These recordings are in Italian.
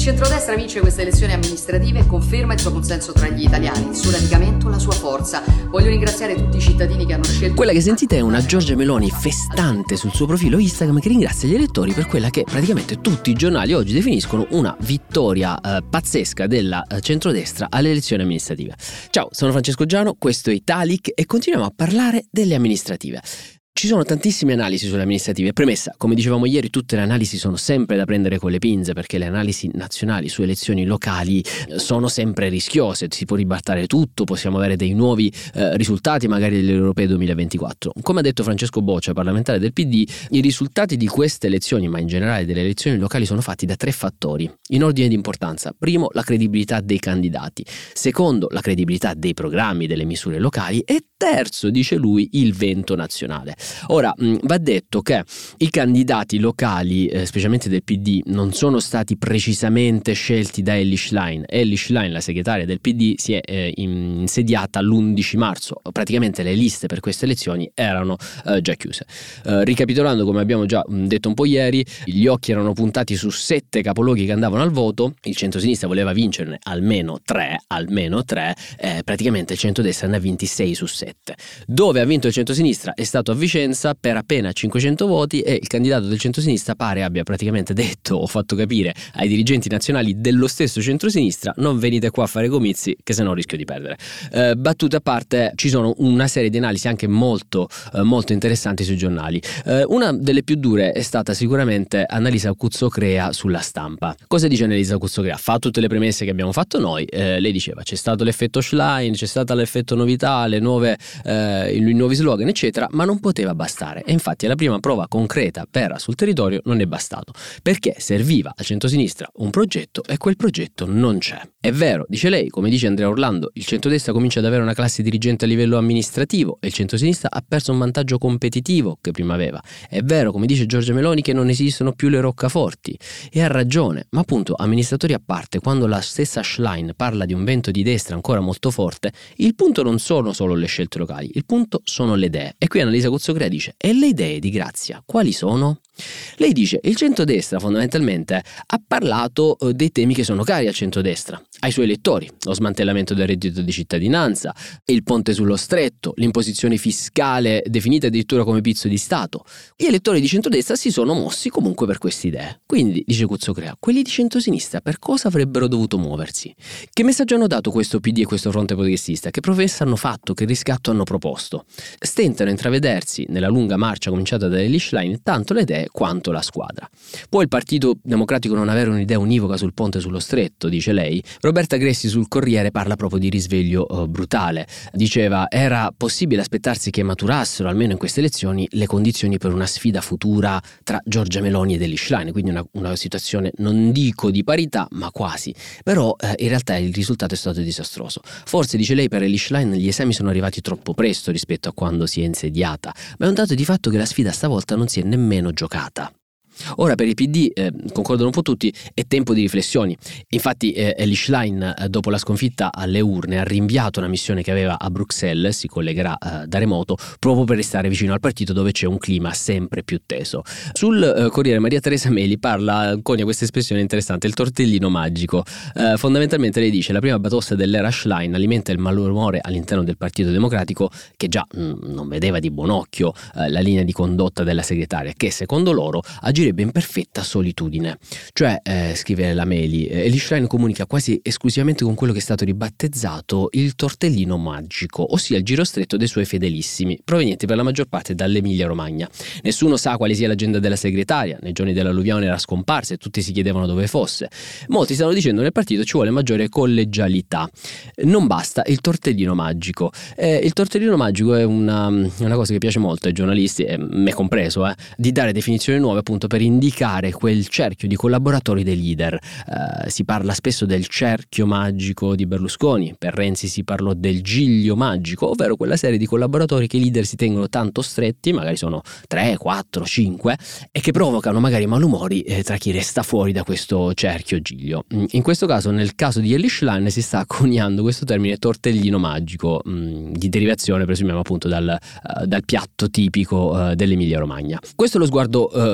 centrodestra vince queste elezioni amministrative e conferma il suo consenso tra gli italiani, il suo radicamento, la sua forza. Voglio ringraziare tutti i cittadini che hanno scelto... Quella che sentite è una Giorgia Meloni festante sul suo profilo Instagram che ringrazia gli elettori per quella che praticamente tutti i giornali oggi definiscono una vittoria pazzesca della centrodestra alle elezioni amministrative. Ciao, sono Francesco Giano, questo è Italic e continuiamo a parlare delle amministrative. Ci sono tantissime analisi sulle amministrative. Premessa, come dicevamo ieri, tutte le analisi sono sempre da prendere con le pinze perché le analisi nazionali su elezioni locali sono sempre rischiose, si può ribaltare tutto, possiamo avere dei nuovi risultati magari delle europee 2024. Come ha detto Francesco Boccia, parlamentare del PD, i risultati di queste elezioni, ma in generale delle elezioni locali, sono fatti da 3 fattori, in ordine di importanza. Primo, la credibilità dei candidati. Secondo, la credibilità dei programmi, delle misure locali. E terzo, dice lui, il vento nazionale. Ora, va detto che i candidati locali, specialmente del PD, non sono stati precisamente scelti da Elly Schlein. Elly Schlein, la segretaria del PD, si è insediata l'11 marzo. Praticamente le liste per queste elezioni erano già chiuse. Ricapitolando, come abbiamo già detto un po' ieri, gli occhi erano puntati su 7 capoluoghi che andavano al voto. Il centrosinistra voleva vincerne almeno 3, praticamente il centrodestra ne ha vinti 6 su 7. Dove ha vinto il centrosinistra è stato a Vicenza per appena 500 voti e il candidato del centrosinistra pare abbia praticamente detto o fatto capire ai dirigenti nazionali dello stesso centrosinistra: non venite qua a fare comizi che se no rischio di perdere. Battute a parte, ci sono una serie di analisi anche molto interessanti sui giornali. Una delle più dure è stata sicuramente Annalisa Cuzzocrea sulla Stampa. Cosa dice Annalisa Cuzzocrea? Fa tutte le premesse che abbiamo fatto noi. Lei diceva: c'è stato l'effetto Schlein, c'è stato l'effetto novità, i nuovi slogan eccetera, ma non poteva bastare. E infatti alla prima prova concreta vera sul territorio non è bastato, perché serviva al centrosinistra un progetto e quel progetto non c'è. È vero, dice lei, come dice Andrea Orlando, il centrodestra comincia ad avere una classe dirigente a livello amministrativo e il centrosinistra ha perso un vantaggio competitivo che prima aveva. È vero, come dice Giorgia Meloni, che non esistono più le roccaforti, e ha ragione, ma appunto, amministratori a parte, quando la stessa Schlein parla di un vento di destra ancora molto forte, il punto non sono solo le scelte locali, il punto sono le idee. E qui Annalisa Cuzzocrea dice: e le idee di Grazia quali sono? Lei dice: il centrodestra fondamentalmente ha parlato dei temi che sono cari al centrodestra, ai suoi elettori: lo smantellamento del reddito di cittadinanza, il ponte sullo stretto, l'imposizione fiscale definita addirittura come pizzo di Stato. Gli elettori di centrodestra si sono mossi comunque per queste idee. Quindi, dice Cuzzocrea, quelli di centrosinistra per cosa avrebbero dovuto muoversi? Che messaggio hanno dato questo PD e questo fronte progressista? Che promessa hanno fatto? Che riscatto hanno proposto? Stentano a intravedersi nella lunga marcia cominciata da Elly Schlein tanto le idee quanto la squadra. Può il Partito Democratico non avere un'idea univoca sul ponte sullo stretto, dice lei. Roberta Gressi sul Corriere parla proprio di risveglio brutale. Diceva: era possibile aspettarsi che maturassero almeno in queste elezioni le condizioni per una sfida futura tra Giorgia Meloni ed Elly Schlein, quindi una situazione non dico di parità ma quasi. Però in realtà il risultato è stato disastroso. Forse, dice lei, per Elly Schlein gli esami sono arrivati troppo presto rispetto a quando si è insediata, ma è un dato di fatto che la sfida stavolta non si è nemmeno giocata. Ora per il PD, concordano un po' tutti, è tempo di riflessioni. Infatti Elly Schlein dopo la sconfitta alle urne ha rinviato una missione che aveva a Bruxelles, si collegherà da remoto, proprio per restare vicino al partito dove c'è un clima sempre più teso. Sul Corriere Maria Teresa Meli parla, conia questa espressione interessante, il tortellino magico. Fondamentalmente lei dice: la prima batosta dell'era Schlein alimenta il malumore all'interno del Partito Democratico, che già non vedeva di buon occhio la linea di condotta della segretaria, che secondo loro agirebbe in perfetta solitudine. Cioè, scrive la Meli, Elly Schlein comunica quasi esclusivamente con quello che è stato ribattezzato il tortellino magico, ossia il giro stretto dei suoi fedelissimi, provenienti per la maggior parte dall'Emilia Romagna. Nessuno sa quale sia l'agenda della segretaria, nei giorni dell'alluvione era scomparsa e tutti si chiedevano dove fosse. Molti stanno dicendo nel partito ci vuole maggiore collegialità. Non basta il tortellino magico. Il tortellino magico è una cosa che piace molto ai giornalisti, me compreso, di dare definizioni nuove appunto per indicare quel cerchio di collaboratori dei leader. Si parla spesso del cerchio magico di Berlusconi, per Renzi si parlò del giglio magico, ovvero quella serie di collaboratori che i leader si tengono tanto stretti, magari sono 3, 4, 5, e che provocano magari malumori tra chi resta fuori da questo cerchio giglio. In questo caso, nel caso di Elly Schlein, si sta coniando questo termine tortellino magico, di derivazione presumiamo appunto dal piatto tipico dell'Emilia Romagna. Questo è lo sguardo italiano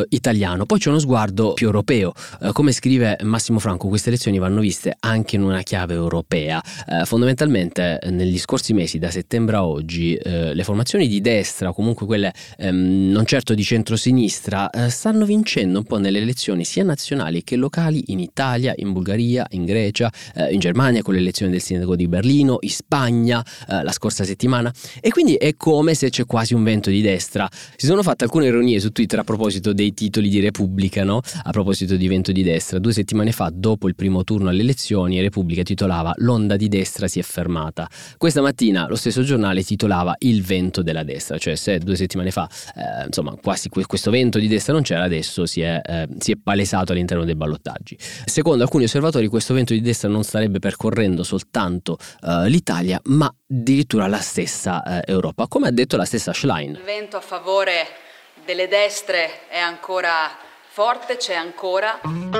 italiano, poi c'è uno sguardo più europeo. Come scrive Massimo Franco, queste elezioni vanno viste anche in una chiave europea. Fondamentalmente negli scorsi mesi, da settembre a oggi, le formazioni di destra, o comunque quelle non certo di centrosinistra, stanno vincendo un po' nelle elezioni sia nazionali che locali in Italia, in Bulgaria, in Grecia, in Germania con l'elezione del sindaco di Berlino, in Spagna la scorsa settimana, e quindi è come se c'è quasi un vento di destra. Si sono fatte alcune ironie su Twitter a proposito dei titoli di Repubblica, no? A proposito di vento di destra. 2 settimane fa, dopo il primo turno alle elezioni, Repubblica titolava "L'onda di destra si è fermata". Questa mattina lo stesso giornale titolava "Il vento della destra", cioè se 2 settimane fa insomma quasi questo vento di destra non c'era, adesso si è palesato all'interno dei ballottaggi. Secondo alcuni osservatori questo vento di destra non starebbe percorrendo soltanto l'Italia, ma addirittura la stessa Europa, come ha detto la stessa Schlein. Il vento a favore delle destre è ancora forte, c'è ancora.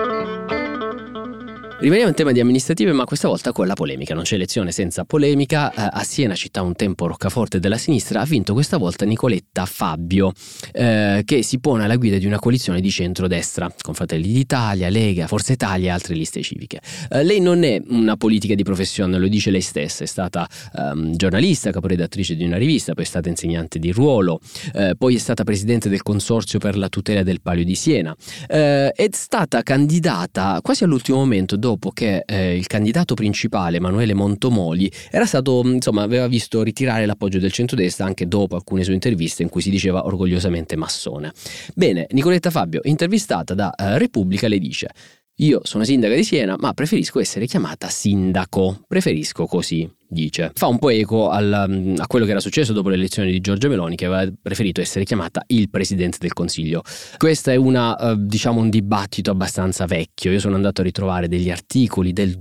Rimaniamo in tema di amministrative, ma questa volta con la polemica. Non c'è elezione senza polemica. A Siena, città un tempo roccaforte della sinistra, ha vinto questa volta Nicoletta Fabbio, che si pone alla guida di una coalizione di centrodestra con Fratelli d'Italia, Lega, Forza Italia e altre liste civiche. Lei non è una politica di professione, lo dice lei stessa. È stata giornalista, caporedattrice di una rivista, poi è stata insegnante di ruolo, poi è stata presidente del Consorzio per la tutela del Palio di Siena. È stata candidata quasi all'ultimo momento, dopo che il candidato principale, Emanuele Montomoli, era stato, aveva visto ritirare l'appoggio del centrodestra anche dopo alcune sue interviste in cui si diceva orgogliosamente massone. Bene, Nicoletta Fabbio, intervistata da Repubblica, le dice: "Io sono sindaca di Siena, ma preferisco essere chiamata sindaco, preferisco così", dice. Fa un po' eco a quello che era successo dopo le elezioni di Giorgia Meloni, che aveva preferito essere chiamata il Presidente del Consiglio. Questo è un dibattito abbastanza vecchio. Io sono andato a ritrovare degli articoli del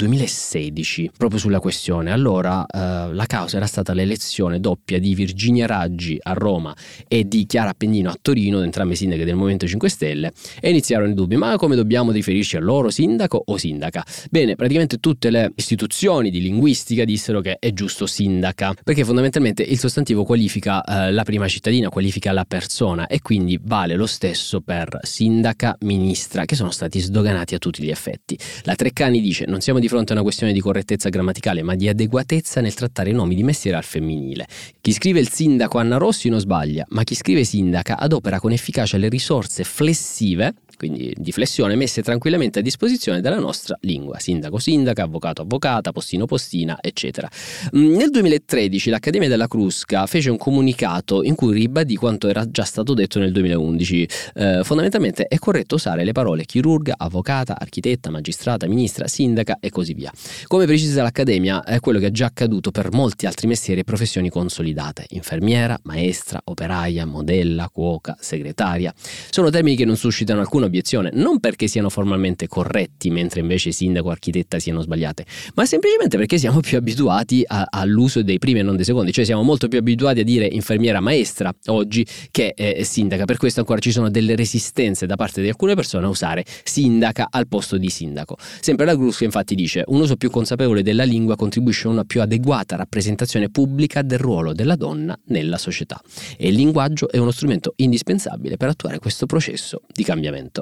2016 proprio sulla questione. Allora la causa era stata l'elezione doppia di Virginia Raggi a Roma e di Chiara Appendino a Torino, entrambe sindache del Movimento 5 Stelle, e iniziarono i dubbi: ma come dobbiamo riferirci a loro, sindaco o sindaca? Bene, praticamente tutte le istituzioni di linguistica dissero che è giusto sindaca, perché fondamentalmente il sostantivo qualifica la prima cittadina, qualifica la persona, e quindi vale lo stesso per sindaca, ministra, che sono stati sdoganati a tutti gli effetti. La Treccani dice: "Non siamo di fronte a una questione di correttezza grammaticale, ma di adeguatezza nel trattare i nomi di mestiere al femminile. Chi scrive il sindaco Anna Rossi non sbaglia, ma chi scrive sindaca adopera con efficacia le risorse flessive", quindi di flessione, messe tranquillamente a disposizione della nostra lingua: sindaco, sindaca, avvocato, avvocata, postino, postina, eccetera. Nel 2013 l'Accademia della Crusca fece un comunicato in cui ribadì quanto era già stato detto nel 2011. Fondamentalmente è corretto usare le parole chirurga, avvocata, architetta, magistrata, ministra, sindaca e così via. Come precisa l'Accademia, è quello che è già accaduto per molti altri mestieri e professioni consolidate: infermiera, maestra, operaia, modella, cuoca, segretaria. Sono termini che non suscitano alcuna obiezione, non perché siano formalmente corretti, mentre invece sindaco o architetta siano sbagliate, ma semplicemente perché siamo più abituati all'uso dei primi e non dei secondi. Cioè siamo molto più abituati a dire infermiera maestra oggi che sindaca. Per questo ancora ci sono delle resistenze da parte di alcune persone a usare sindaca al posto di sindaco. Sempre la Crusca infatti dice: "Un uso più consapevole della lingua contribuisce a una più adeguata rappresentazione pubblica del ruolo della donna nella società, e il linguaggio è uno strumento indispensabile per attuare questo processo di cambiamento".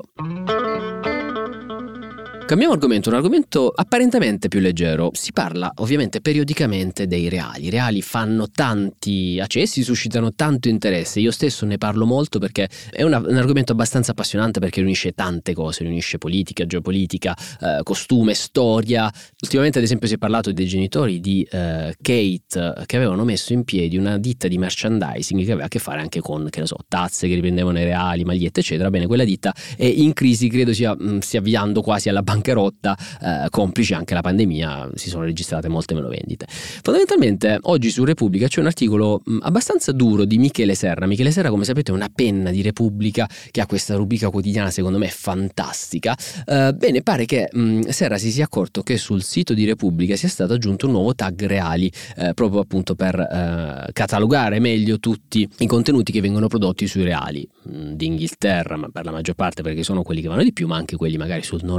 Cambiamo argomento, un argomento apparentemente più leggero. Si parla ovviamente periodicamente dei reali. I reali fanno tanti accessi, suscitano tanto interesse. Io stesso ne parlo molto perché è un argomento abbastanza appassionante, perché riunisce tante cose, riunisce politica, geopolitica, costume, storia. Ultimamente ad esempio si è parlato dei genitori di Kate, che avevano messo in piedi una ditta di merchandising che aveva a che fare anche con, che ne so, tazze che riprendevano i reali, magliette eccetera. Bene, quella ditta è in crisi, credo stia avviando quasi alla bancarotta, complice anche la pandemia. Si sono registrate molte meno vendite. Fondamentalmente oggi su Repubblica c'è un articolo abbastanza duro di Michele Serra. Michele Serra, come sapete, è una penna di Repubblica che ha questa rubrica quotidiana secondo me fantastica. Bene, pare che Serra si sia accorto che sul sito di Repubblica sia stato aggiunto un nuovo tag reali, proprio appunto per catalogare meglio tutti i contenuti che vengono prodotti sui reali d'Inghilterra, ma per la maggior parte perché sono quelli che vanno di più, ma anche quelli magari sul nord Europa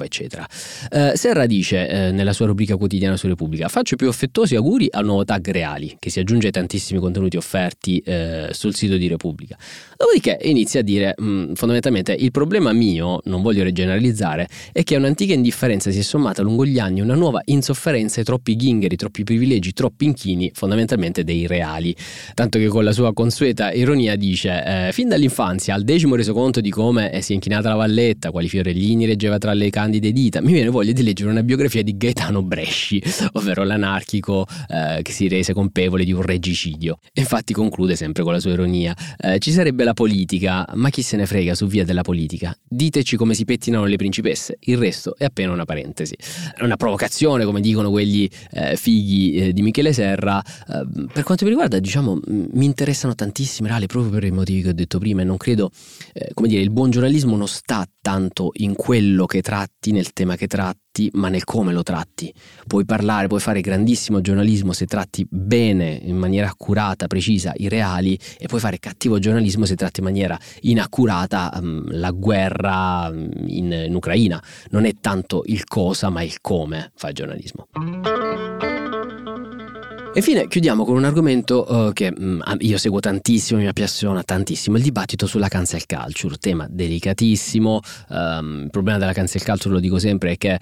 eccetera. Serra dice nella sua rubrica quotidiana su Repubblica: faccio più affettuosi auguri al nuovo tag Reali, che si aggiunge ai tantissimi contenuti offerti sul sito di Repubblica. Dopodiché inizia a dire fondamentalmente: il problema mio, non voglio generalizzare, è che a un'antica indifferenza si è sommata lungo gli anni una nuova insofferenza ai troppi ghingheri, troppi privilegi, troppi inchini, fondamentalmente dei reali. Tanto che con la sua consueta ironia dice: fin dall'infanzia, al 10° resoconto di come si è inchinata la Valletta, quali fiorellini reggeva tra le candide dita, mi viene voglia di leggere una biografia di Gaetano Bresci, ovvero l'anarchico che si rese colpevole di un regicidio. E infatti conclude sempre con la sua ironia: ci sarebbe la politica, ma chi se ne frega su via della politica? Diteci come si pettinano le principesse, il resto è appena una parentesi. È una provocazione, come dicono quegli fighi di Michele Serra. Per quanto mi riguarda, diciamo, mi interessano tantissimo i reali proprio per i motivi che ho detto prima, e non credo, come dire, il buon giornalismo non sta tanto in quello che tratti, nel tema che tratti, ma nel come lo tratti. Puoi parlare, puoi fare grandissimo giornalismo se tratti bene, in maniera accurata, precisa, i reali, e puoi fare cattivo giornalismo se tratti in maniera inaccurata la guerra in Ucraina. Non è tanto il cosa, ma il come fa il giornalismo. E infine chiudiamo con un argomento che io seguo tantissimo, mi appassiona tantissimo: il dibattito sulla cancel culture, tema delicatissimo. Il problema della cancel culture, lo dico sempre, è che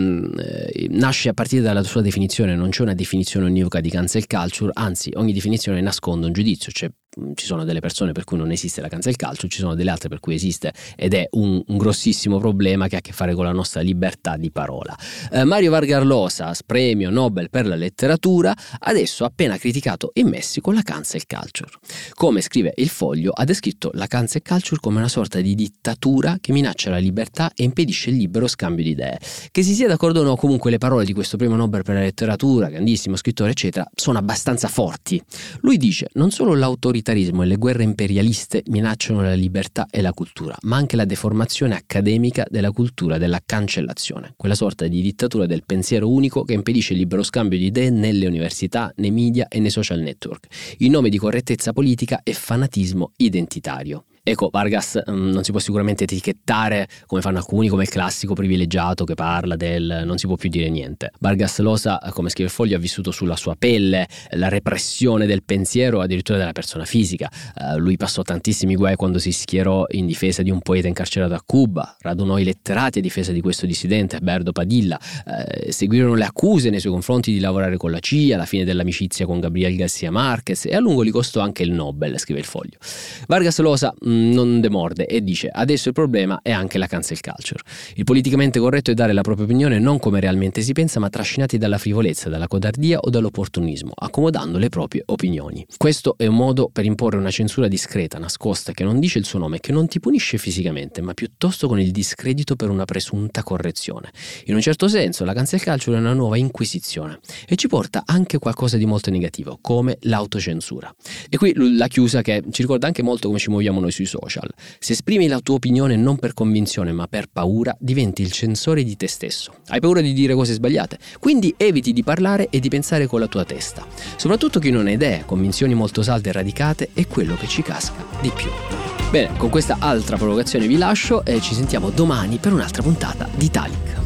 nasce a partire dalla sua definizione. Non c'è una definizione univoca di cancel culture, anzi ogni definizione nasconde un giudizio. Ci sono delle persone per cui non esiste la cancel culture, ci sono delle altre per cui esiste, ed è un grossissimo problema che ha a che fare con la nostra libertà di parola. Mario Vargas Llosa, premio Nobel per la letteratura, adesso ha appena criticato in Messico la cancel culture. Come scrive Il Foglio, ha descritto la cancel culture come una sorta di dittatura che minaccia la libertà e impedisce il libero scambio di idee. Che si sia d'accordo o no, comunque le parole di questo premio Nobel per la letteratura, grandissimo scrittore eccetera, sono abbastanza forti. Lui dice: non solo l'autoritarismo e le guerre imperialiste minacciano la libertà e la cultura, ma anche la deformazione accademica della cultura della cancellazione, quella sorta di dittatura del pensiero unico che impedisce il libero scambio di idee nelle università, nei media e nei social network, in nome di correttezza politica e fanatismo identitario. Ecco, Vargas non si può sicuramente etichettare, come fanno alcuni, come il classico privilegiato che parla del non si può più dire niente. Vargas Llosa, come scrive il Foglio, ha vissuto sulla sua pelle la repressione del pensiero, addirittura della persona fisica. Lui passò tantissimi guai quando si schierò in difesa di un poeta incarcerato a Cuba, radunò i letterati a difesa di questo dissidente, Berdo Padilla. Seguirono le accuse nei suoi confronti di lavorare con la CIA, la fine dell'amicizia con Gabriel García Márquez, e a lungo gli costò anche il Nobel, scrive il Foglio. Vargas Llosa non demorde e dice: adesso il problema è anche la cancel culture. Il politicamente corretto è dare la propria opinione non come realmente si pensa, ma trascinati dalla frivolezza, dalla codardia o dall'opportunismo, accomodando le proprie opinioni. Questo è un modo per imporre una censura discreta, nascosta, che non dice il suo nome, che non ti punisce fisicamente, ma piuttosto con il discredito per una presunta correzione. In un certo senso la cancel culture è una nuova inquisizione e ci porta anche qualcosa di molto negativo, come l'autocensura. E qui la chiusa, che ci ricorda anche molto come ci muoviamo noi sui social. Se esprimi la tua opinione non per convinzione ma per paura, diventi il censore di te stesso. Hai paura di dire cose sbagliate, quindi eviti di parlare e di pensare con la tua testa. Soprattutto chi non ha idee, convinzioni molto salde e radicate è quello che ci casca di più. Bene, con questa altra provocazione vi lascio e ci sentiamo domani per un'altra puntata di Italic.